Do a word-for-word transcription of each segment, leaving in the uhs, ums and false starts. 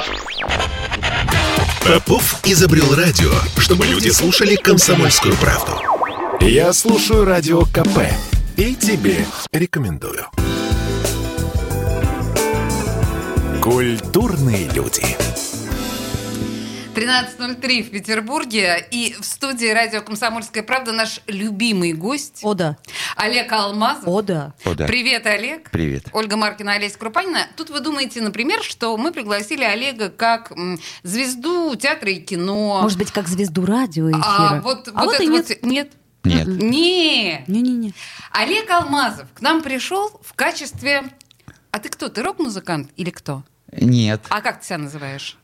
Попов изобрел радио, чтобы люди слушали «Комсомольскую правду». Я слушаю Радио КП и тебе рекомендую. Культурные люди. тринадцать ноль три в Петербурге, и в студии радио «Комсомольская правда» наш любимый гость. О, да. Олег Алмазов. О, да. О, да. Привет, Олег. Привет. Ольга Маркина, Олеся Крупанина. Тут вы думаете, например, что мы пригласили Олега как м, звезду театра и кино. Может быть, как звезду радиоэфира. А вот, А вот вот это и вот... нет. Нет. Нет. Не. Не-не-не. Олег Алмазов к нам пришел в качестве... А ты кто? Ты рок-музыкант или кто? Нет. А как ты себя называешь?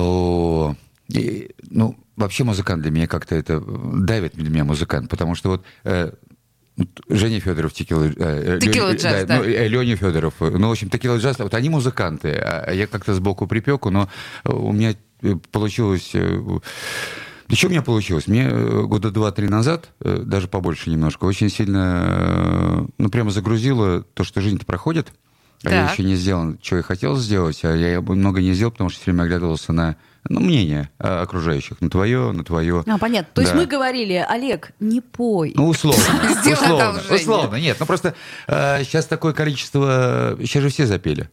О, и, ну, вообще музыкант для меня как-то это давит для меня музыкант, потому что вот э, Женя Федоров, Текила, э, Текила Лё, джаз, да, да. Ну, э, Леня Федоров, ну, в общем, Текила джаз, вот они музыканты, а я как-то сбоку припеку, но у меня получилось... Причем у меня получилось? Мне года два-три назад, даже побольше немножко, очень сильно, ну, прямо загрузило то, что жизнь-то проходит, а Так. я еще не сделал, что я хотел сделать, а я много не сделал, потому что все время оглядывался на, ну, мнение окружающих, на твое, на твое. А, понятно. То есть Да. мы говорили, Олег, не пой. Ну, условно. Сделай условно, одолжение. условно. Нет, ну просто э, сейчас такое количество... Сейчас же все запели.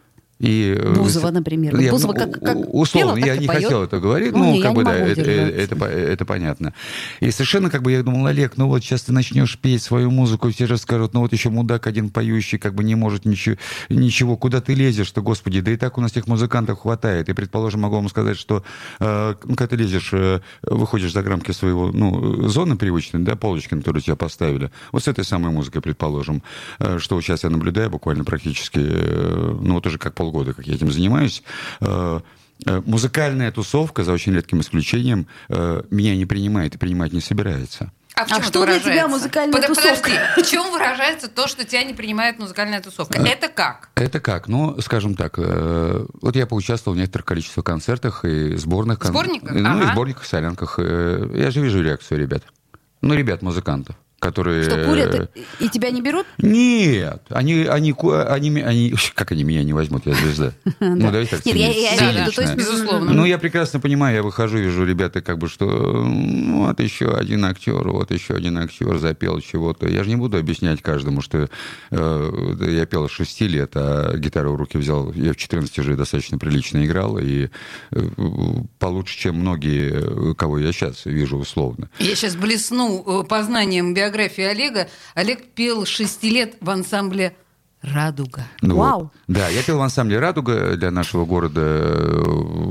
И, э, Бузова, например. Я, Бузова ну, как, как условно, пела, так я и не поет. хотел это говорить, Ну, ну, не, я как не бы, да, могу это, удержаться. это, это понятно. И совершенно, как бы, я думал, Олег, ну вот сейчас ты начнешь петь свою музыку, все же скажут, ну вот еще мудак один поющий, как бы не может ничего, ничего, куда ты лезешь-то, господи, да и так у нас этих музыкантов хватает. И, предположим, могу вам сказать, что, э, ну, когда ты лезешь, э, выходишь за рамки своего, ну, зоны привычной, да, полочки, на которую тебя поставили, вот с этой самой музыкой, предположим, э, что вот сейчас я наблюдаю буквально практически, э, ну, вот уже как полгода, как я этим занимаюсь, музыкальная тусовка, за очень редким исключением, меня не принимает и принимать не собирается. А, в чем А это что для тебя выражается? музыкальная Под- тусовка? Подожди, в чем выражается то, что тебя не принимает музыкальная тусовка? Это как? Это как? Ну, скажем так, э, вот я поучаствовал в некоторых количествах концертах и сборных. кон- Сборниках? Ну, Ага. и сборниках, солянках. Э, Я же вижу реакцию ребят. Ну, ребят-музыкантов, которые... Что, курят и, и тебя не берут? Нет, они, они, ку- они, они, как они меня не возьмут, я звезда. Ну, давайте так Нет, я- я- цинично. я- то есть, безусловно. Ну, я прекрасно понимаю, я выхожу, вижу ребята, как бы, что ну, вот еще один актер, вот еще один актер запел чего-то. Я же не буду объяснять каждому, что э, я пел с шести лет, а гитару в руки взял. Я в четырнадцати уже достаточно прилично играл, и э, получше, чем многие, кого я сейчас вижу условно. Я сейчас блесну э, познанием биографии Олега. Олег пел с шести лет в ансамбле «Радуга». Ну, Вау. вот. Да, я пел в ансамбле «Радуга» для нашего города.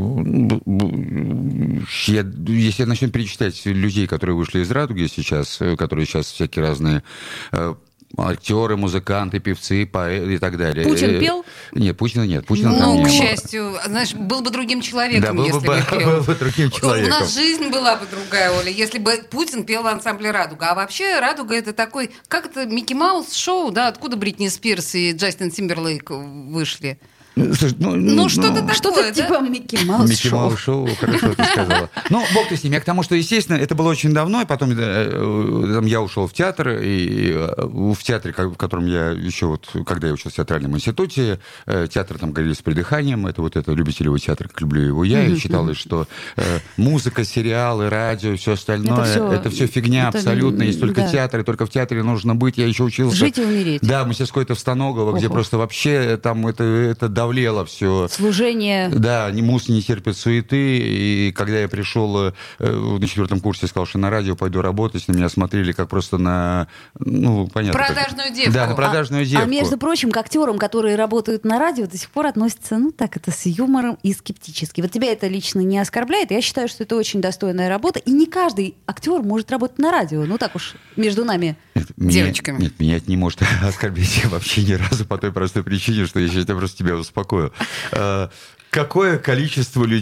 Я, если я начну перечислять людей, которые вышли из «Радуги» сейчас, которые сейчас всякие разные э, актеры, музыканты, певцы, поэты и так далее. Путин пел? Нет, Путина нет. Путина там Ну, не к было. счастью, знаешь, был бы другим человеком, Да, был если бы, бы пел. был бы другим У человеком. нас жизнь была бы другая, Оля, если бы Путин пел в ансамбле «Радуга». А вообще «Радуга» — это такой, как это, Микки Маус шоу, да? Откуда Бритни Спирс и Джастин Тимберлейк вышли? Ну, слушай, ну, Ну, что-то такое, Что-то да? типа Микки Маус Микки шоу. Маус шоу, хорошо ты сказала. Ну, бог ты с ними. Я к тому, что, естественно, это было очень давно, и потом э, там, я ушел в театр, и э, в театре, как- в котором я еще вот, когда я учился в театральном институте, э, театр там говорили с придыханием, это вот это любителевый театр, как люблю его я, и считалось, что э, музыка, сериалы, радио, все остальное, Это это всё- все фигня это, абсолютно, есть только да. театр, и только в театре нужно быть. Я еще учился... Жить и умереть. Да, мастерской-то в Станогово, где Ого. просто вообще там это, это давлело все. Служение. Да, не мус не терпит суеты. И когда я пришел э, на четвертом курсе, сказал, что на радио пойду работать, на меня смотрели как просто на, ну, понятно. как- Продажную девку. Да, на продажную девку. А между прочим, к актерам, которые работают на радио, до сих пор относятся, ну так это, с юмором и скептически. Вот тебя это лично не оскорбляет. Я считаю, что это очень достойная работа. И не каждый актер может работать на радио. Ну так уж между нами. Нет, меня- девочками. Нет, меня это не может оскорбить вообще ни разу по той простой причине, что я сейчас просто тебя успокою. Э, Какое количество людей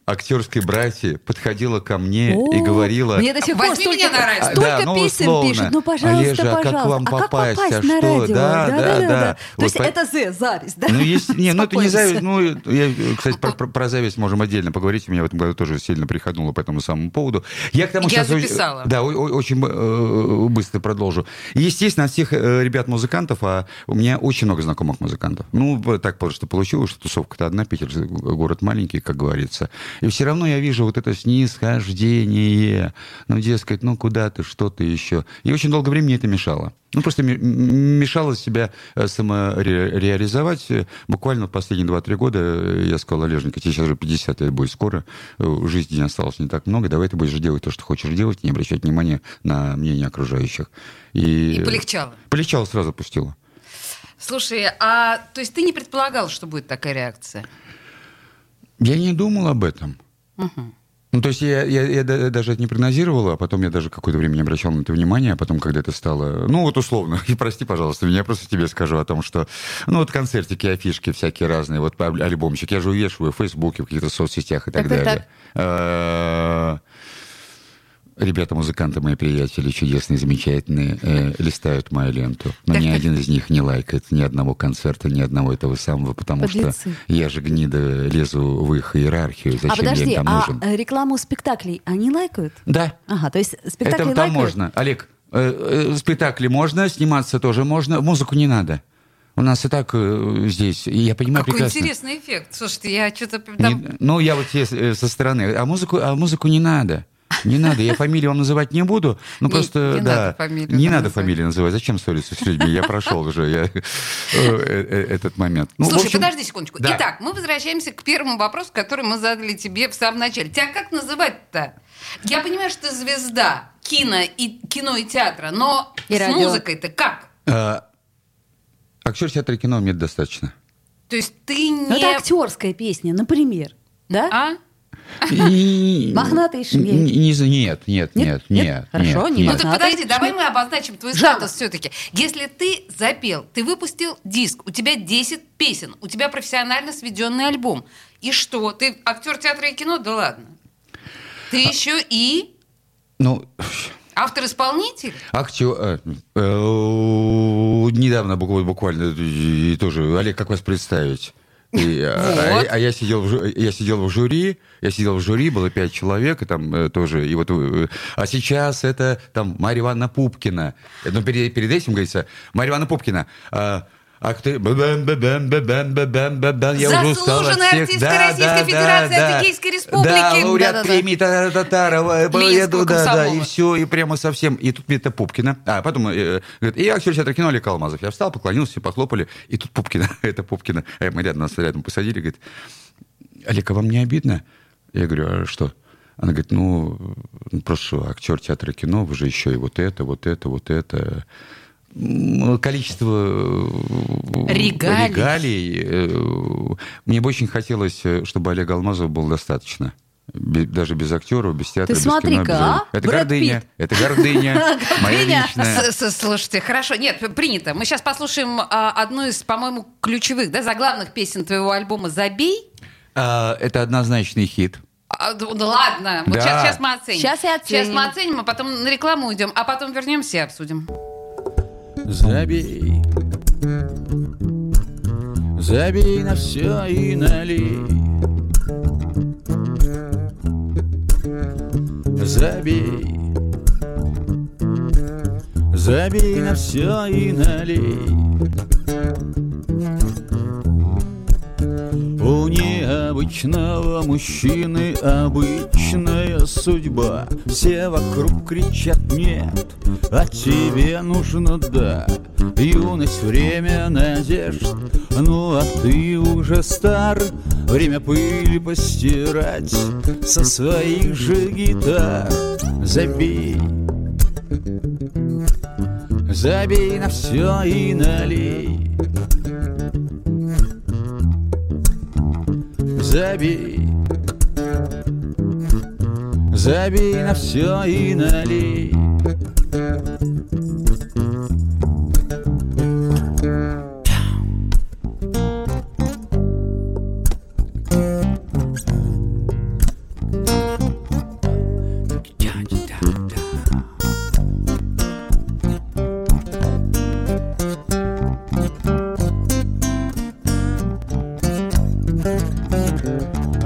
актерской братьи подходила ко мне О, и говорила... Мне до сих пор Возьми столько, меня на радио. столько Да, ну, песен условно. пишут. Ну, пожалуйста, Олежа, а как пожалуйста. вам а как попасть? попасть А на что? радио? Да, да, да. То Вот есть по- это З, зависть, да? Ну, есть, не, ну это не Успокоимся. зависть. Ну, я, кстати, про, про- про зависть можем отдельно поговорить. У меня в этом году тоже сильно приходнуло по этому самому поводу. Я к тому Я сейчас очень- записала. Да, о- о- очень э, быстро продолжу. И, естественно, от всех э, ребят-музыкантов, а у меня очень много знакомых музыкантов. Ну, так просто получилось, что тусовка-то одна, Питер, город маленький, как говорится. И все равно я вижу вот это снисхождение. Ну, дескать, ну, куда ты, что ты еще. И очень долгое время мне это мешало. Ну, просто ми- м- мешало себя э, самореализовать. Буквально в последние два-три года э, я сказал: Олеженька, тебе сейчас уже пятьдесят лет будет скоро, э, жизни не осталось не так много, давай ты будешь делать то, что хочешь делать, не обращать внимания на мнение окружающих. И, И полегчало. Полегчало, сразу пустило. Слушай, а то есть ты не предполагал, что будет такая реакция? Я не думал об этом. Мгм. Ну, то есть я, я, я да- даже это не прогнозировал, а потом я даже какое-то время не обращал на это внимания, а потом, когда это стало... Ну, вот условно, и прости, пожалуйста, меня, я просто тебе скажу о том, что... Ну, вот концертики, афишки всякие разные, вот альб- альбомчик, я же увешиваю в Фейсбуке, в каких-то соцсетях и так, Так, так, далее. так. А, Ребята, музыканты, мои приятели, чудесные, замечательные, э, листают мою ленту. Но Так, ни так. один из них не лайкает ни одного концерта, ни одного этого самого, потому Подлецы. что я же гнида лезу в их иерархию. Зачем А подожди, я им там а нужен? э, рекламу спектаклей они лайкают? Да. Ага, то есть спектакли Это там лайкают? можно. Олег, э, э, спектакли можно, сниматься тоже можно, музыку не надо. У нас и так э, здесь, и я понимаю Какой прекрасно. интересный эффект. Слушайте, я что-то Не- там... ну, я вот здесь э, со стороны. А музыку, а музыку не надо. Не надо, я фамилию вам называть не буду, ну Не- просто, не да, надо фамилию не там надо называть. фамилию называть, зачем ссориться с людьми, я прошел уже я, э, э, этот момент. Ну, в Слушай, общем, подожди секундочку. да. Итак, мы возвращаемся к первому вопросу, который мы задали тебе в самом начале. Тебя как называть-то? Я понимаю, что ты звезда кино и, кино и театра, но И с радио. музыкой-то как? э, актер театра и кино мне достаточно. То есть ты не... Ну, это актерская песня, например. Да? А? И- Мохнатый шмель. Н- не за- Нет, нет, Нет? нет, Нет? нет. Хорошо, нет, не Ну нет. так Мохнатый подожди, давай шмель. мы обозначим твой Жанр. статус все-таки. Если ты запел, ты выпустил диск, у тебя десять песен, у тебя профессионально сведенный альбом. И что? Ты актер театра и кино? Да ладно. Ты еще и Ну, автор-исполнитель? актер... э, э, недавно буквально, буквально и тоже, Олег, как вас представить? И, а, Вот. а я сидел в жю- я сидел в жюри, я сидел в жюри, было пять человек, и там э, тоже, и вот, э, а сейчас это там Марья Ивановна Пупкина. Ну, перед, перед этим говорится, Марья Ивановна Пупкина. А, а кто... Бэбэм-бэбэм-бэбэм-бэбэм-бэбэм, я уже устал от Заслуженная всех. артистка Да, Российской да, Федерации, да, Адыгейской да. Республики. Да, лауреат Да-да-да. премии Татарова. Ленинского еду, да, да, комсомола. и все, и прямо совсем. И тут это Пупкина. А потом, э, говорит, и актер театра кино Олег Алмазов. Я встал, поклонился, все похлопали, и тут Пупкина, это Пупкина. А мы рядом, нас рядом посадили, говорит, Олег, а вам не обидно? Я говорю, а что? Она говорит, ну, просто актер театра и кино, вы же еще и вот это, вот это, вот это. М, Количество э, Регалий. регалий, э, мне бы очень хотелось, э, чтобы Олега Алмазова было достаточно. Бе- Даже без актеров, без театра, Ты без кино. смотри-ка, без- а? Это Брэд гордыня. Питт. Это гордыня. Моя Гордыня. личная. С- с- Слушайте, хорошо. Нет, принято. Мы сейчас послушаем а, одну из, по-моему, ключевых, да, заглавных песен твоего альбома «Забей». А, Это однозначный хит. А, да да ладно, вот Да. сейчас, сейчас мы оценим. Щас и оценим. Сейчас мы оценим, а потом на рекламу уйдем, а потом вернемся и обсудим. Забей, забей на все и налей. Забей, забей на все и налей. У необычного мужчины обычная судьба. Все вокруг кричат нет, а тебе нужно да. Юность, время надежд, ну а ты уже стар. Время пыль постирать со своих же гитар. Забей, забей на все и налей. Забей, забей на все и налей.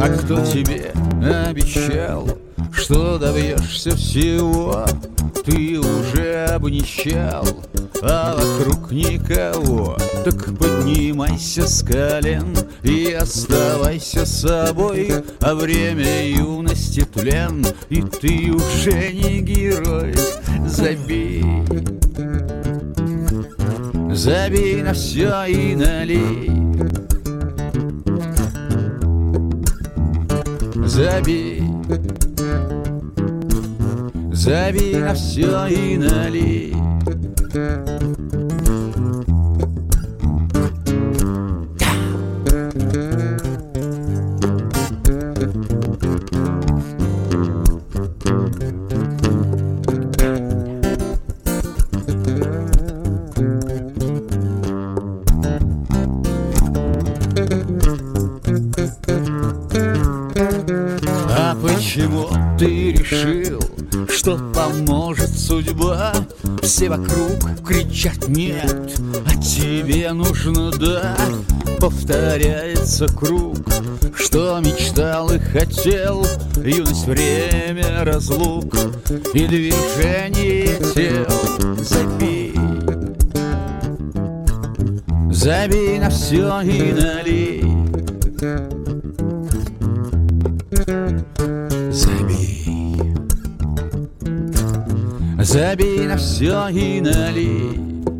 А кто тебе обещал, что добьешься всего? Ты уже обнищал, а вокруг никого. Так поднимайся с колен и оставайся собой, а время юности тлен, и ты уже не герой. Забей, забей на все и налей. Забей, забей на все и налей. Почему ты решил, что поможет судьба? Все вокруг кричат нет, а тебе нужно да. Повторяется круг, что мечтал и хотел. Юность, время, разлук и движение тел. Забей, забей на все и налей. Забей, забей на все и налей.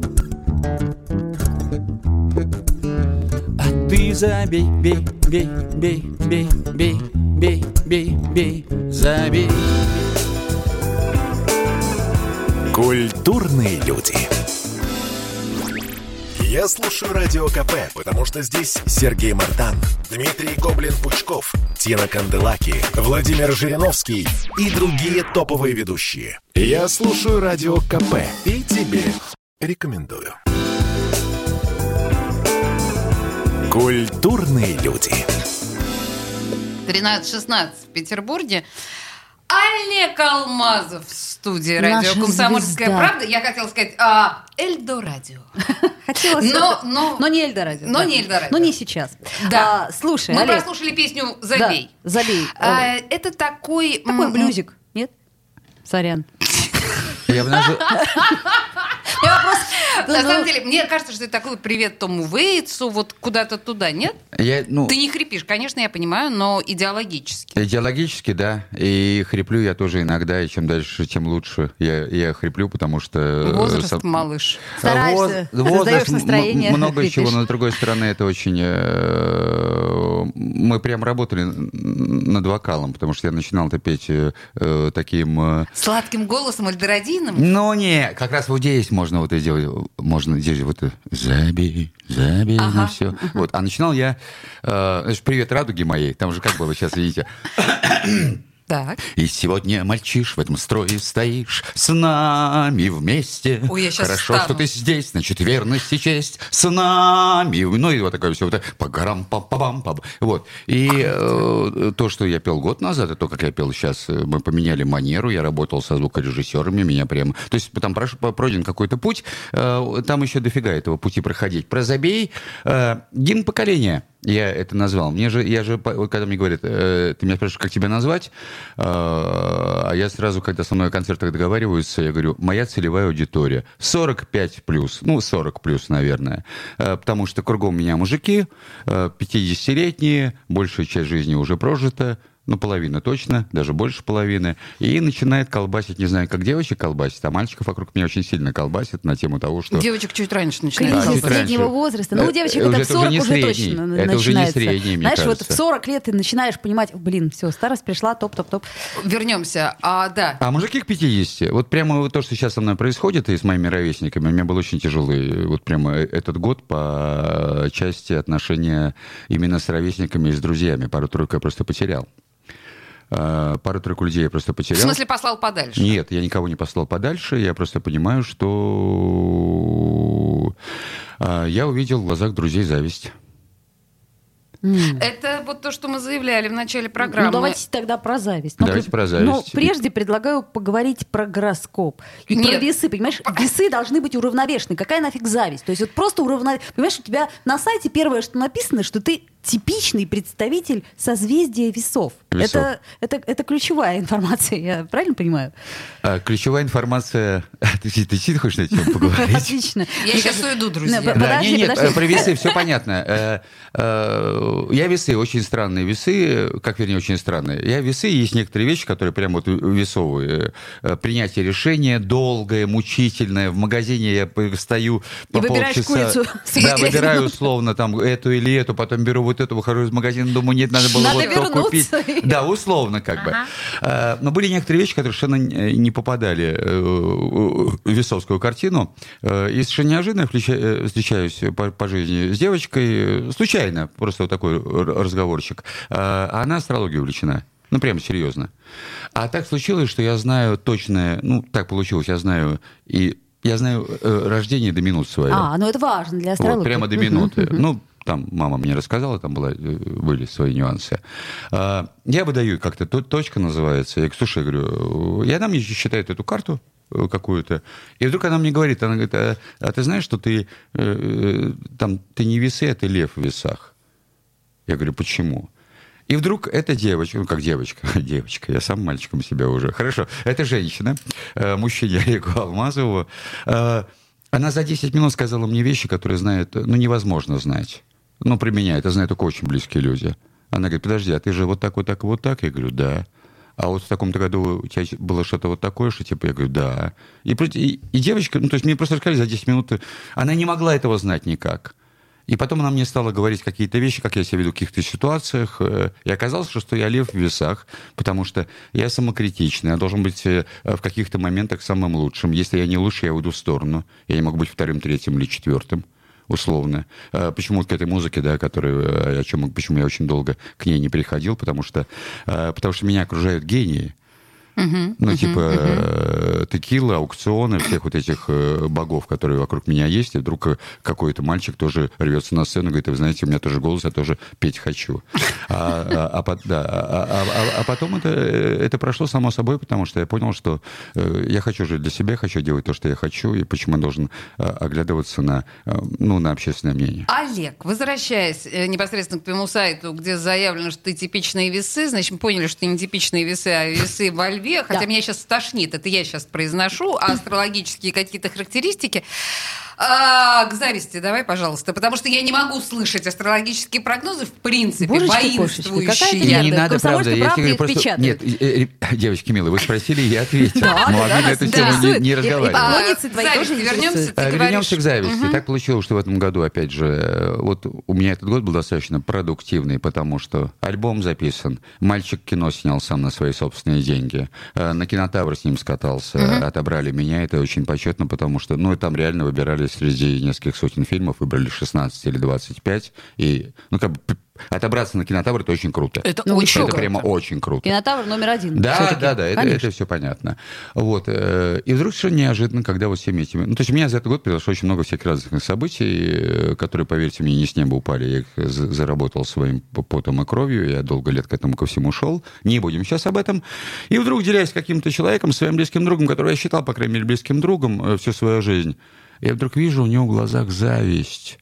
А ты забей, бей, бей, бей, бей, бей, бей, бей, бей, забей. Культурные люди. Я слушаю Радио КП, потому что здесь Сергей Мартан, Дмитрий Гоблин-Пучков, Тина Канделаки, Владимир Жириновский и другие топовые ведущие. Я слушаю Радио КП и тебе рекомендую. Культурные люди. тринадцать шестнадцать в Петербурге. Олег Алмазов в студии радио Наша «Комсомольская звезда. правда». Я хотела сказать а, Эльдорадио. Хотелось, Но- но- но не Эльдорадио. но да. не Эльдорадио. Но не сейчас. Да. А, слушай, Мы Олег, прослушали песню да, «Забей». забей. А, это такой... Такой м, блюзик, нет? Сорян. Я бы даже... Я вопрос... На самом деле, мне кажется, что это такой привет Тому Вейтсу, вот куда-то туда, нет? Я, ну, Ты не хрипишь, конечно, я понимаю, но идеологически. идеологически, да. И хриплю я тоже иногда, и чем дальше, тем лучше я, я хриплю, потому что... э, Возраст, сам- малыш. Стараешься, Воз- возраст, создаешь настроение, м- много хрипишь. чего, но с другой стороны, это очень... э, Мы прям работали над вокалом, потому что я начинал это петь э, э, таким... э, Сладким голосом Альдорадином? Ну, не, как раз вот здесь можно вот это сделать, можно здесь вот это забей, забей Ага. на все. Вот. А начинал я, э, знаешь, «Привет, радуги моей», там же как было, сейчас видите. Так. И сегодня, мальчиш, в этом строе стоишь с нами вместе. Ой, я щас Хорошо, встану. что ты здесь, значит, верность и честь с нами. Ну, и вот такое все, вот это по горам, па па бам па Вот. И э, то, что я пел год назад, и то, как я пел сейчас, э, мы поменяли манеру, я работал со звукорежиссерами, меня прям... То есть там прош- пройден какой-то путь, э, там еще дофига этого пути проходить. Про «Забей» э, гимн поколения. Я это назвал. Мне же, я же, вот когда мне говорят, э, ты меня спрашиваешь, как тебя назвать, э, а я сразу, когда со мной о концертах договариваются, я говорю, моя целевая аудитория сорок пять плюс, ну, сорок плюс, наверное, э, потому что кругом меня мужики, э, пятидесятилетние, большая часть жизни уже прожита, ну, половина точно, даже больше половины, и начинает колбасить, не знаю, как девочек колбасит, а мальчиков вокруг меня очень сильно колбасит на тему того, что... Девочек чуть раньше начинают. Да, Кризис чуть колбасить. среднего раньше. возраста. Ну, у Э, девочек уже это в это сорок уже не уже средний. точно Это уже не начинается. средний, мне Знаешь, вот кажется. в сорок лет ты начинаешь понимать, блин, все, старость пришла, топ-топ-топ. Вернемся. А, да. А мужики к пятидесяти, вот прямо вот то, что сейчас со мной происходит и с моими ровесниками, у меня был очень тяжелый вот прямо этот год по части отношения именно с ровесниками и с друзьями. Пару-тройку я просто потерял. А, Пару-тройку людей я просто В потерял. смысле, послал подальше? Нет, я никого не послал подальше, я просто понимаю, что а, я увидел в глазах друзей зависть. Это вот то, что мы заявляли в начале программы. Ну, давайте тогда про зависть. Ну, Давайте при- про зависть. Но прежде предлагаю поговорить про гороскоп. И про Нет. весы, понимаешь? Весы должны быть уравновешены. Какая нафиг зависть? То есть вот просто уравновешенный. Понимаешь, у тебя на сайте первое, что написано, что ты типичный представитель созвездия весов. Весов. Это, это, это ключевая информация, я правильно понимаю? А, ключевая информация... Ты, ты действительно хочешь на эту тему поговорить? Отлично. Я сейчас уйду, друзья. Да, Да, Подожди, нет, нет, подожди. про весы все понятно. Э, э, Я весы, очень странные весы, как, вернее, очень странные. Я весы, есть некоторые вещи, которые прям вот весовые. Э, Принятие решения долгое, мучительное. В магазине я стою по И выбираешь полчаса. курицу с Да, яйцами. выбираю условно там эту или эту, потом беру вот эту, выхожу из магазина, думаю, нет, надо было Надо вот то купить. вернуться. Да, условно как бы. Э, Но были некоторые вещи, которые совершенно не попадали э, в весовскую картину. Э, И совершенно неожиданно я включа- э, встречаюсь по, по жизни с девочкой, э, случайно, просто вот такой р- разговорчик. А она астрологией увлечена. Ну, прямо серьезно. А так случилось, что я знаю точное, ну, так получилось, я знаю и я знаю э, рождение до минут свое. А, ну это важно для астрологии. Вот, прямо до минуты. Ну, там мама мне рассказала, там была, были свои нюансы. А, я выдаю как-то, то- точка называется. Я говорю, слушай, я говорю, и она мне считает эту карту э, какую-то. И вдруг она мне говорит, она говорит, а, а ты знаешь, что ты, э, там, ты не весы, а ты лев в весах? Я говорю, почему? И вдруг эта девочка, ну как девочка, девочка, я сам мальчиком себя уже. Хорошо, это женщина, э, мужчине Олегу Алмазову. Э, она за десять минут сказала мне вещи, которые знают, ну невозможно знать. Ну, при меня это знают только очень близкие люди. Она говорит, подожди, а ты же вот так, вот так, вот так? Я говорю, да. А вот в таком-то году у тебя было что-то вот такое, что типа, я говорю, да. И, и, и девочка, ну то есть мне просто рассказали за десять минут, она не могла этого знать никак. И потом она мне стала говорить какие-то вещи, как я себя веду в каких-то ситуациях. И оказалось, что я лев в весах, потому что я самокритичный, я должен быть в каких-то моментах самым лучшим. Если я не лучше, я уйду в сторону. Я не могу быть вторым, третьим или четвертым, условно. Почему к этой музыке, да, которую, о чем, почему я очень долго к ней не переходил, потому что, потому что меня окружают гении. Uh-huh, ну, uh-huh, типа uh-huh. текила, аукционы, всех вот этих богов, которые вокруг меня есть, и вдруг какой-то мальчик тоже рвется на сцену и говорит, вы знаете, у меня тоже голос, я тоже петь хочу. А, а, а, да, а, а, а потом это, это прошло само собой, потому что я понял, что я хочу жить для себя, хочу делать то, что я хочу, и почему я должен оглядываться на, ну, на общественное мнение. Олег, возвращаясь непосредственно к твоему сайту, где заявлено, что ты типичные весы, значит, мы поняли, что ты не типичные весы, а весы во льве. Хотя да. меня сейчас стошнит, это я сейчас произношу, а астрологические какие-то характеристики. А, к зависти давай, пожалуйста, потому что я не могу слышать астрологические прогнозы, в принципе, Божечки, воинствующие. Не, не надо, правда. Я говорю, просто... Нет, э, э, девочки милые, вы спросили, я ответил. Могли на эту тему не, не разговаривать. Вернемся, Вернемся к зависти. Угу. Так получилось, что в этом году, опять же, вот у меня этот год был достаточно продуктивный, потому что альбом записан, мальчик кино снял сам на свои собственные деньги, на Кинотавр с ним скатался, угу. отобрали меня, это очень почетно, потому что, ну, там реально выбирали среди нескольких сотен фильмов, выбрали шестнадцать или двадцать пять, и, ну, как бы, отобраться на Кинотавр — это очень круто. Это ну, очень Это круто. прямо очень круто. Кинотавр номер один. Да, все-таки. да, да, это, это все понятно. Вот. И вдруг совершенно неожиданно, когда вот всеми этими... Ну, то есть у меня за этот год произошло очень много всяких разных событий, которые, поверьте мне, не с неба упали. Я их заработал своим потом и кровью, я долго лет к этому ко всему шел. Не будем сейчас об этом. И вдруг, делясь с каким-то человеком, своим близким другом, которого я считал, по крайней мере, близким другом всю свою жизнь, я вдруг вижу у него в глазах зависть.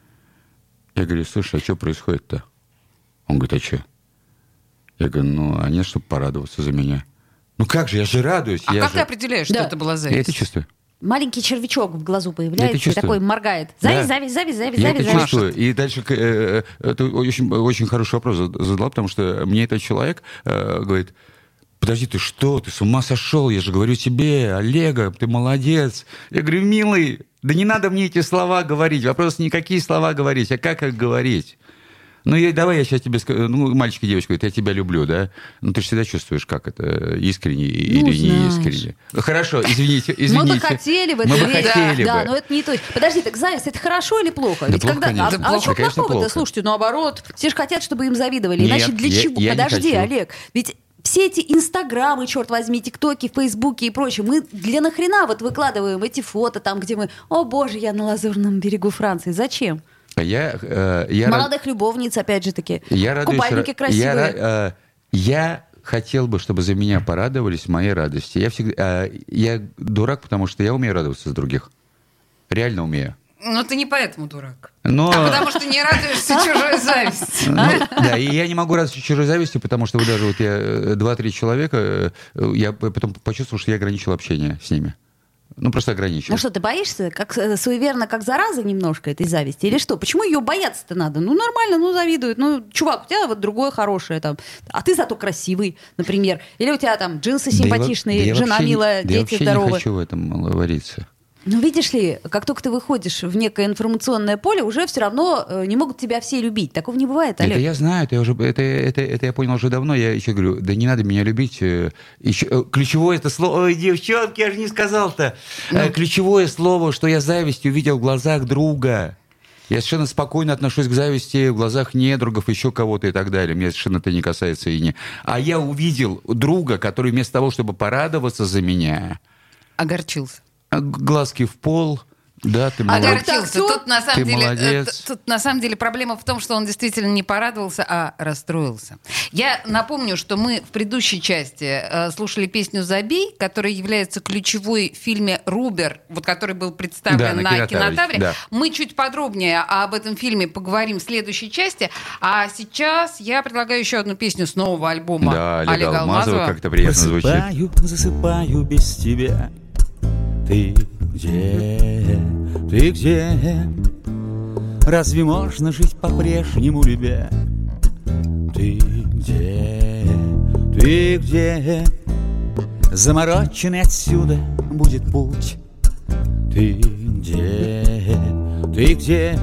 Я говорю, слушай, а что происходит-то? Он говорит, а что? Я говорю, ну, а нет, чтобы порадоваться за меня. Ну как же, я же радуюсь. А я как же... ты определяешь, что да. это была зависть? Я это чувствую. Маленький червячок в глазу появляется и такой моргает. Зависть, да. зависть, зависть, зависть, Я зависть. это чувствую. И дальше э, это очень, очень хороший вопрос задал, потому что мне этот человек э, говорит, подожди, ты что, ты с ума сошел? Я же говорю тебе, Олега, ты молодец. Я говорю, милый, да не надо мне эти слова говорить. Вопрос не какие слова говорить, а как их говорить. Ну, я, давай я сейчас тебе скажу, ну, мальчик и девочка, я тебя люблю, да? Ну, ты же всегда чувствуешь, как это, искренне ну, или не искренне. Хорошо, извините, извините. Мы бы хотели бы. Мы это бы верить. хотели да, бы. Да, но это не то. Подожди, так зависть, это хорошо или плохо? Да Ведь плохо, когда... конечно. А, Да а плохо, что конечно, плохого-то? плохо. Слушайте, наоборот, все же хотят, чтобы им завидовали. Нет, Иначе для я, чего? я Подожди, не хочу. Олег, ведь... Все эти инстаграмы, черт возьми, тиктоки, фейсбуки и прочее, мы для нахрена вот выкладываем эти фото там, где мы, о боже, я на лазурном берегу Франции. Зачем? Я, э, я Молодых рад... любовниц, опять же таки. Я радуюсь, купальники красивые. Я, э, я хотел бы, чтобы за меня порадовались моей радости. Я, всегда, э, я дурак, потому что я умею радоваться за других. Реально умею. Ну, ты не поэтому дурак. Но... А потому что не радуешься чужой зависти. Ну, да, и я не могу радоваться чужой завистью, потому что вы даже вот я два-три человека, я потом почувствовал, что я ограничил общение с ними. Ну, просто ограничил. Ну что, ты боишься, как э, суеверно, как зараза немножко этой зависти? Или что? Почему ее бояться-то надо? Ну, нормально, ну, завидуют. Ну, чувак, у тебя вот другое хорошее там. А ты зато красивый, например. Или у тебя там джинсы симпатичные, да я, жена да я милая, да дети я здоровые. Я не хочу в этом вариться. Ну, видишь ли, как только ты выходишь в некое информационное поле, уже все равно э, не могут тебя все любить. Такого не бывает, Олег. Это я знаю, это я, уже, это, это, это я понял уже давно. Я еще говорю, да не надо меня любить. Еще, ключевое это слово... Ой, девчонки, я же не сказал-то. Ну. Ключевое слово, что я зависть увидел в глазах друга. Я совершенно спокойно отношусь к зависти в глазах недругов, еще кого-то и так далее. Меня совершенно это не касается и не... А я увидел друга, который вместо того, чтобы порадоваться за меня... Огорчился. Глазки в пол, да, ты молодец. Огорчился. Тут на самом ты деле, молодец. Тут на самом деле проблема в том, что он действительно не порадовался, а расстроился. Я напомню, что мы в предыдущей части э, слушали песню «Забей», которая является ключевой в фильме «Рубер», вот который был представлен да, на, на кинотавре. кинотавре. Да. Мы чуть подробнее об этом фильме поговорим в следующей части. А сейчас я предлагаю еще одну песню с нового альбома да, Олега, Олега Алмазова. Алмазова. Как-то приятно Засыпаю, звучит. засыпаю без тебя. Ты где, ты где? Разве можно жить по-прежнему, любя? Ты где, ты где? Замороченный отсюда будет путь. Ты где, ты где?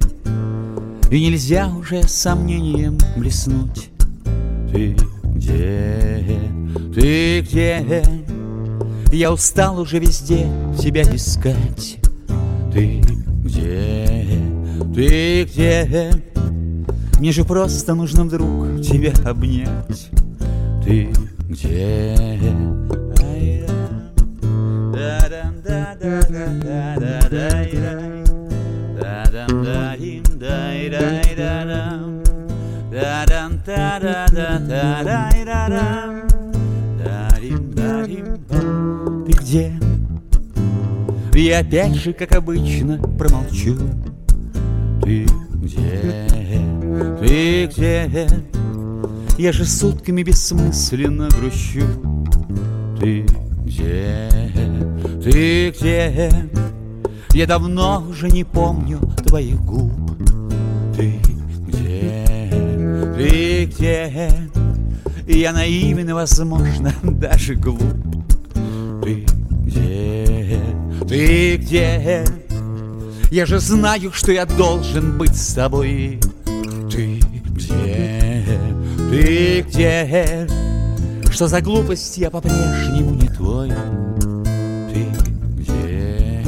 И нельзя уже сомнением блеснуть. Ты где, ты где? Я устал уже везде тебя искать. Ты где, ты где? Мне же просто нужно вдруг тебя обнять. Ты где? Ты где? И опять же, как обычно, промолчу. Ты где? Ты где? Я же сутками бессмысленно грущу. Ты где? Ты где? Я давно уже не помню твоих губ. Ты где? Ты где? Я наивен, возможно, даже глуп. Ты где? Ты где? Я же знаю, что я должен быть с тобой. Ты где? Ты где? Что за глупость, я по-прежнему не твой. Ты где?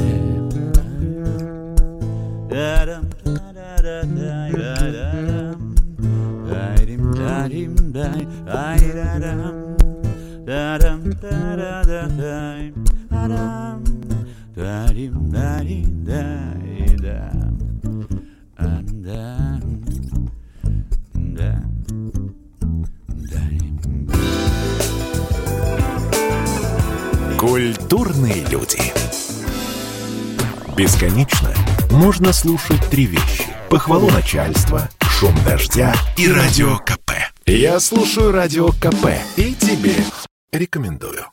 Культурные люди. Бесконечно можно слушать три вещи: похвалу начальства, шум дождя и радио КП. Я слушаю радио КП и тебе рекомендую.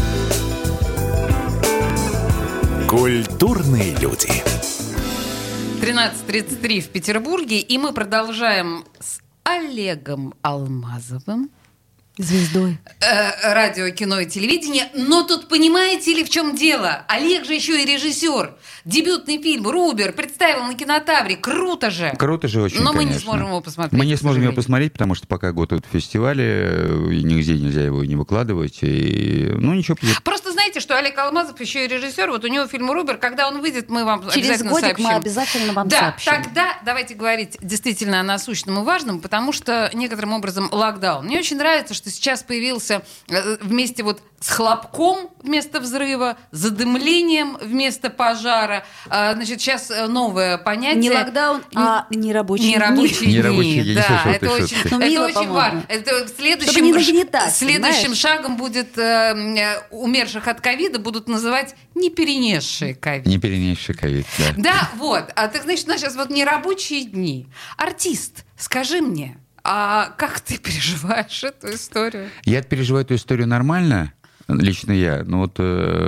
Культурные люди. тринадцать тридцать три в Петербурге, и мы продолжаем с Олегом Алмазовым. Звездой. Э, радио, кино и телевидение. Но тут понимаете ли, в чем дело? Олег же еще и режиссер. Дебютный фильм «Рубер» представил на кинотавре. Круто же! Круто же очень, Но мы конечно. не сможем его посмотреть. Мы не сможем его посмотреть, потому что пока год в фестивале, и нигде нельзя его не выкладывать. И... Ну, ничего. Просто знаете, что Олег Алмазов еще и режиссер. Вот у него фильм «Рубер». Когда он выйдет, мы вам Через обязательно годик сообщим. мы обязательно вам да, сообщим. тогда давайте говорить действительно о насущном и важном, потому что некоторым образом локдаун. Мне очень нравится, что сейчас появился вместе вот с хлопком вместо взрыва, задымлением вместо пожара. А, значит, сейчас новое понятие. Не локдаун, а нерабочие нерабочие дни. дни. Нерабочие дни. Да, Слышал это ты очень, шутки. это Ну, мило, очень по-моему. важно. Это Чтобы не следующим, нагнетать, следующим понимаешь? шагом будет э, умерших от ковида будут называть не перенесшие ковид. Не перенесший ковид, да. Да, вот. А так, значит, у нас сейчас вот нерабочие дни. Артист, скажи мне, а как ты переживаешь эту историю? Я переживаю эту историю нормально, лично я. Но вот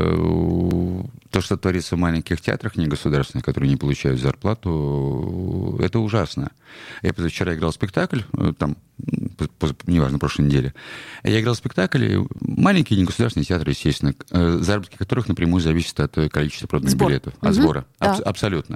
э, то, что творится в маленьких театрах негосударственных, которые не получают зарплату, это ужасно. Я позавчера играл спектакль, э, там, поз, неважно, прошлой неделе. Я играл спектакль, и маленькие негосударственные театры, естественно, э, заработки которых напрямую зависят от количества проданных Сбор. билетов. От Мгм. сбора. Да. Абс- абсолютно.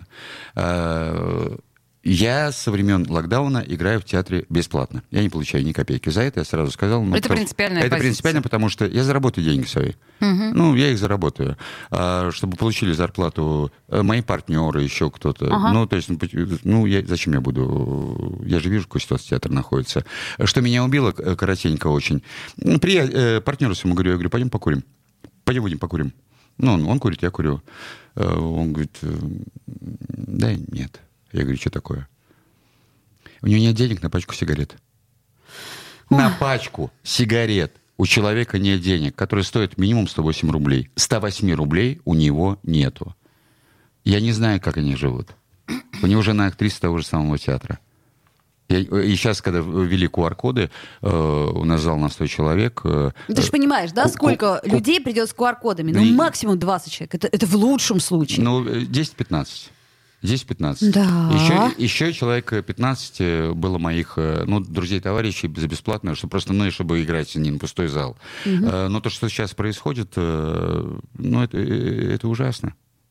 Э, Я со времен локдауна играю в театре бесплатно. Я не получаю ни копейки за это, я сразу сказал. Ну, Это потому- принципиальная Это позиция. принципиально, потому что я заработаю деньги свои. Ну, я их заработаю. А, чтобы получили зарплату э, мои партнеры, еще кто-то. Ага. Ну, то есть, ну, поч- ну я, зачем я буду... Я же вижу, какой ситуации театр находится. Что меня убило э, коротенько очень. Ну, При, э, партнеру своему говорю, я говорю, пойдем покурим. Пойдем будем покурим. Ну, он, он курит, я курю. Э, Он говорит, э, да нет. Я говорю, что такое? У него нет денег на пачку сигарет. На пачку сигарет у человека нет денег, которые стоят минимум сто восемь рублей. сто восемь рублей у него нету. Я не знаю, как они живут. У него жена актриса того же самого театра. Я- и сейчас, когда ввели ку ар-коды, э, у нас зал на сто человек. э, Ты же понимаешь, да, ку- сколько ку- людей придет с ку ар-кодами? Да Ну, и- максимум двадцать человек. Это, это в лучшем случае. Ну, э, десять-пятнадцать. десять-пятнадцать. Да. Еще, еще человек пятнадцать э, было моих, э, ну, друзей, товарищей за бесплатно, чтобы просто, ну, и чтобы играть не на пустой зал. Э, Но то, что сейчас происходит, э, ну, это, э, это ужасно.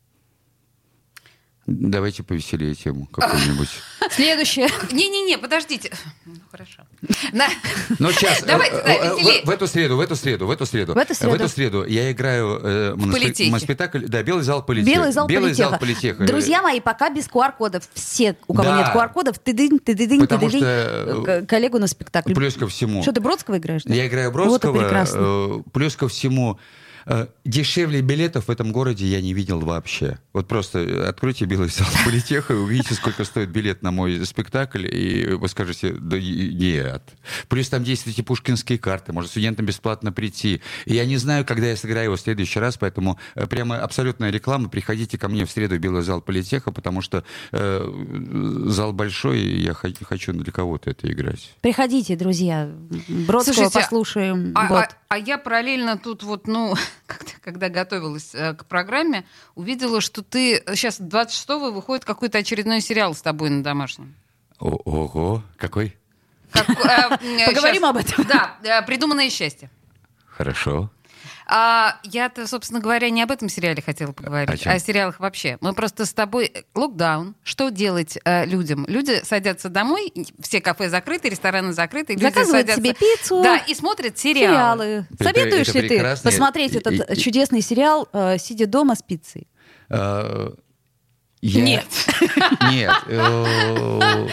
Давайте повеселее тему какую-нибудь. Следующее. Не-не-не, подождите. Ну, хорошо. На- Ну, сейчас, Давайте, да, э, э, веселее. в, в эту среду, в эту среду, в эту среду. В эту среду. В эту среду я играю э, моноспе- политехе. моноспектакль, да, «Белый зал политеха». Белый зал политеха. зал политеха. Друзья мои, пока без ку ар-кодов. Все, у кого Да. нет ку ар-кодов, ты-дынь, ты-дынь, Потому ты-дынь, что, к- коллегу на спектакль. Плюс ко всему. Что, ты Бродского играешь? да? Я играю Вот и Бродского. прекрасно. э, Плюс ко всему, э, дешевле билетов в этом городе я не видел вообще. Вот просто э, откройте «Белый зал политеха» и увидите, сколько стоит билет на мой спектакль, и вы скажете, да и- нет. Плюс там действуют эти пушкинские карты, может студентам бесплатно прийти. И я не знаю, когда я сыграю его в следующий раз, поэтому э, прямо абсолютная реклама. Приходите ко мне в среду в «Белый зал политеха», потому что э, зал большой, и я хо- хочу для кого-то это играть. Приходите, друзья. Бродского Слушайте, послушаем. А, Вот. а- а я параллельно тут вот, ну, когда, когда готовилась э, к программе, увидела, что ты сейчас двадцать шестого выходит какой-то очередной сериал с тобой на домашнем. О- Ого, какой? Как, э, э, Поговорим щас- об этом. Да, э, «Придуманное счастье». Хорошо. А я-то, собственно говоря, не об этом сериале хотела поговорить, О чем? а о сериалах вообще. Мы просто с тобой... Локдаун. Что делать э, людям? Люди садятся домой, все кафе закрыты, рестораны закрыты. люди Заказывают садятся- себе пиццу. Да, и смотрят сериалы. Сериалы. Это- Советуешь это ли ты прекрасно. посмотреть И- этот и- и- чудесный сериал, э, сидя дома с пиццей? А, я- Нет. Нет. э,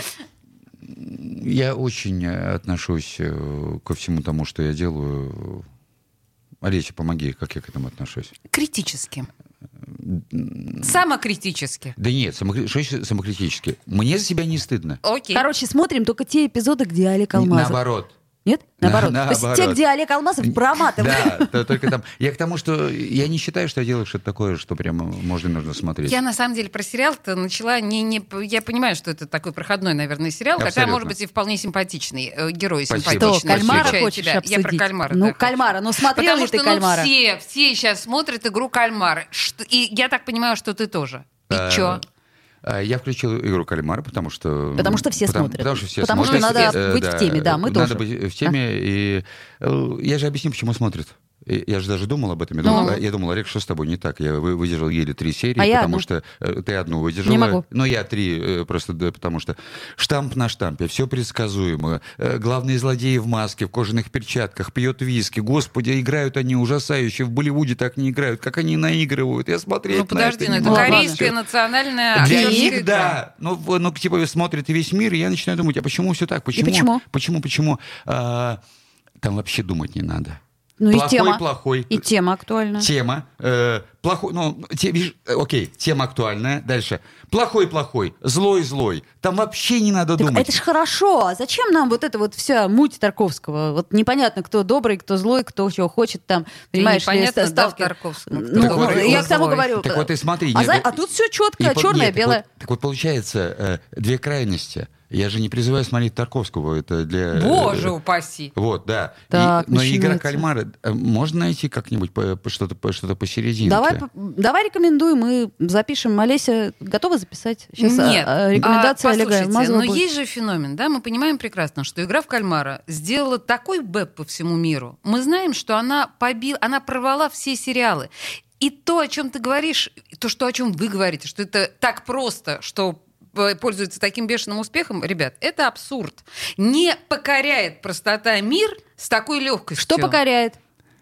Я очень отношусь э, ко всему тому, что я делаю. Олеся, помоги, как я к этому отношусь. Критически. Самокритически. Да нет, самокри- что еще самокритически? Мне за себя не стыдно. Окей. Короче, смотрим только те эпизоды, где Олег Алмазов. Наоборот. Нет? На- Наоборот. То есть те, наоборот. где Олег Алмазов проматывает. Да, то- только там. Я к тому, что я не считаю, что я делаю что-то такое, что прямо можно и нужно смотреть. Я, на самом деле, про сериал-то начала не, не... Я понимаю, что это такой проходной, наверное, сериал, хотя, Абсолютно. может быть, и вполне симпатичный. э, Герой Спасибо. симпатичный. Что, кальмара Включаю хочешь тебя. обсудить? Я про кальмара. Ну, да, кальмара. Ну, смотрел Потому ли ты что, ну, кальмара? все, все сейчас смотрят игру «Кальмар». Что- И я так понимаю, что ты тоже. И А, чё? а, Я включил игру «Кальмара», потому что... Потому что все потому, смотрят. Потому что все Потому что смотрят. надо Э, быть в теме, да, мы надо тоже. быть в теме. И э, я же объясню, почему смотрят. И я же даже думал об этом. Я Ну. думал, я думал, Олег, что с тобой не так? Я вы- выдержал еле три серии, А я потому одну. что э, ты одну выдержала. Не могу. Ну, я три, э, просто да, потому что штамп на штампе, все предсказуемо. Э, Главные злодеи в маске, в кожаных перчатках, пьет виски. Господи, играют они ужасающе. В Болливуде так не играют. Как они наигрывают. Я смотреть Ну, подожди, на ну это это не ладно. могу. корейская национальная Для актерская них, игра. да. Ну, в- ну, типа, смотрит весь мир, и я начинаю думать, а почему все так? Почему? почему? Почему, почему? А, там вообще думать не надо. Ну и плохой, тема. плохой. И тема актуальна. Тема. Э, плохой, ну, те, видишь, окей, тема актуальная. Дальше. Плохой, плохой. Злой, злой. Там вообще не надо Так думать. это ж хорошо. А зачем нам вот это вот вся муть Тарковского? Вот непонятно, кто добрый, кто злой, кто чего хочет там. Понимаешь, ли, непонятно, ста- да, в сталкер. Тарковском. Ну, Так вот, я вот к тому злой. говорю. Так вот и смотри. А, нет, за- да- а тут все четко, и по- черное, нет, белое. Так вот, так вот получается, э, две крайности. Я же не призываю смотреть Тарковского. Это для... Боже э, упаси. Вот, да. Так, И- но игра начинается. кальмара, э, можно найти как-нибудь по- по- что-то, по- что-то посерединке? Давай, п- давай рекомендуй, мы запишем. Олеся готова записать? Сейчас Нет. а, а, рекомендация А, Олега послушайте, Алмазова но будет. есть же феномен, да, мы понимаем прекрасно, что игра в кальмара сделала такой бэп по всему миру. Мы знаем, что она побила, она прорвала все сериалы. И то, о чем ты говоришь, то, что, о чем вы говорите, что это так просто, что пользуется таким бешеным успехом, ребят, это абсурд. Не покоряет простота мир с такой легкостью. Что покоряет?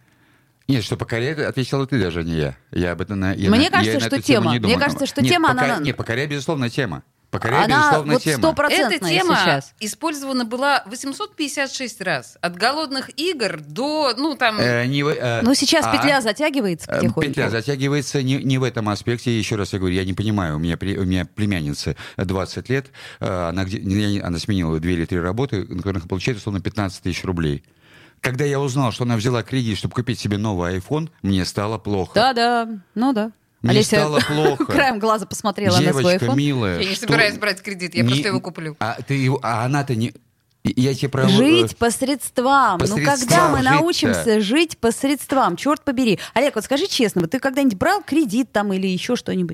Нет, что покоряет, ответила ты даже, не я. Я об этом, на- я Мне на- кажется, я на что эту тему тема. не Мне думаю. кажется, что Нет, тема, покоря- она- Нет, покоряет, безусловно, тема. Покоряет, Она безусловно, вот тема. стопроцентная Эта тема сейчас. использована была восемьсот пятьдесят шесть раз. От голодных игр до, ну, там... Э, не в- э, Ну, сейчас а, петля затягивается э, потихоньку. Петля затягивается не, не в этом аспекте. Еще раз я говорю, я не понимаю. У меня, при- у меня племянница двадцать лет. э, Она, где, не- она сменила две или три работы, на которых получает, условно, пятнадцать тысяч рублей. Когда я узнал, что она взяла кредит, чтобы купить себе новый iPhone, мне стало плохо. Да-да, ну да. Мне Олеся стало плохо. краем глаза посмотрела на свой Девочка iPhone. милая. Я не что- собираюсь брать кредит, я Не- просто его куплю. А, ты его, а она-то не... Я тебе про... Жить по средствам. по ну, средствам когда мы жить-то. научимся жить по средствам? Черт побери. Олег, вот скажи честно, вот ты когда-нибудь брал кредит там или еще что-нибудь?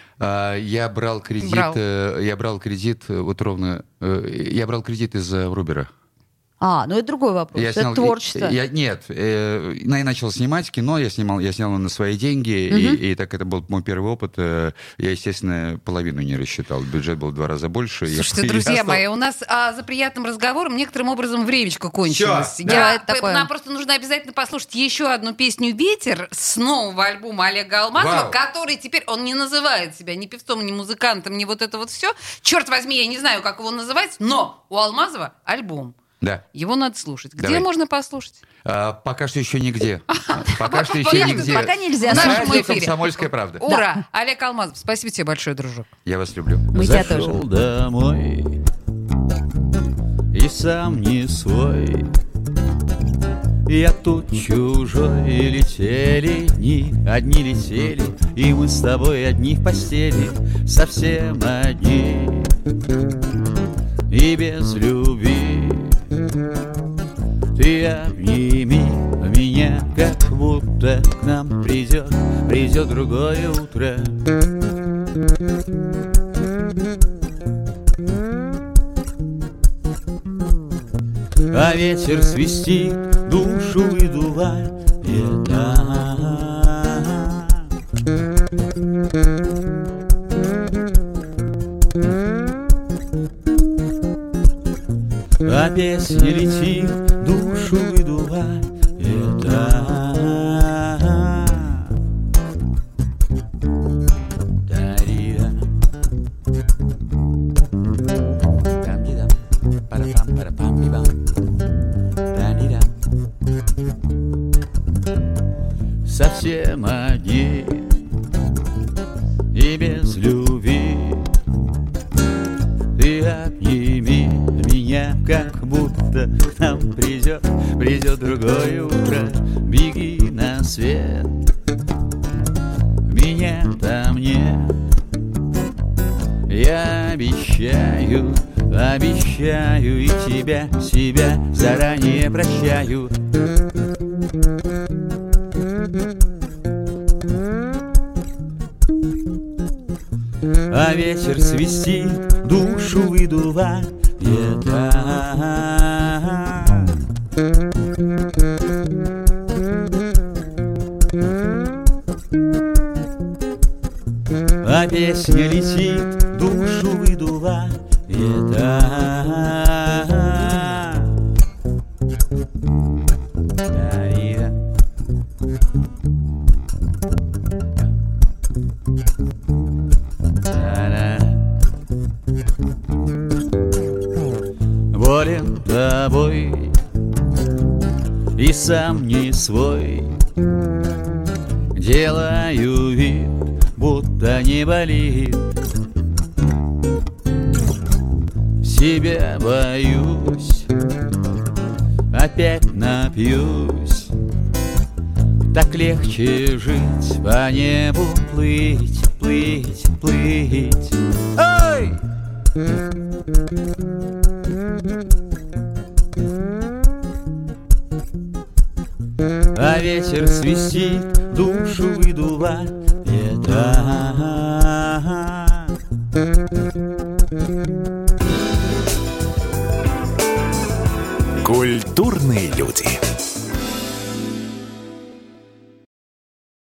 А, Я брал кредит... Брал. э, Я брал кредит, э, вот ровно... э, Я брал кредит из-за Врубера. А, ну это другой вопрос. Я это снял, творчество. Я, нет, э, я начал снимать кино, я снимал, я снял на свои деньги, Мгм. и, и так это был мой первый опыт. э, Я, естественно, половину не рассчитал. Бюджет был в два раза больше. Я- Слушайте, я друзья стал- мои, у нас а, за приятным разговором некоторым образом времечко кончилось. Всё. Я, Бывает п- такое. Нам просто нужно обязательно послушать еще одну песню «Ветер» с нового альбома Олега Алмазова, Вау. который теперь, он не называет себя ни певцом, ни музыкантом, ни вот это вот все. Черт возьми, я не знаю, как его называть, но у Алмазова альбом. Да. Его надо слушать. Где Давай. можно послушать? А, пока что еще нигде. Пока что еще Пока- нигде. пока нельзя. В нашем Радио эфире. «Комсомольская правда». Ура! Олег Алмазов, спасибо тебе большое, дружок. Я вас люблю. Мы тебя Зашел тоже. домой и сам не свой. Я тут чужой, и летели дни, одни летели, и мы с тобой одни в постели, совсем одни и без любви. Ты обними меня, как будто к нам придет, придет другое утро. А ветер свистит, душу выдувает. А песня летит, душу выдувает. Совсем одни и без любви. Ты обними меня, как будто к нам придет, придет другое утро. Беги на свет, меня там нет. Я обещаю, обещаю и тебя, себя заранее прощаю. А ветер свистит, душу выдувает. А песня летит, душу выдувает. Болен тобой и сам не свой. Делаю вид, будто не болит. Себя боюсь, опять напьюсь. Так легче жить, по небу плыть, плыть, плыть. Ой! А ветер свистит, душу выдувает.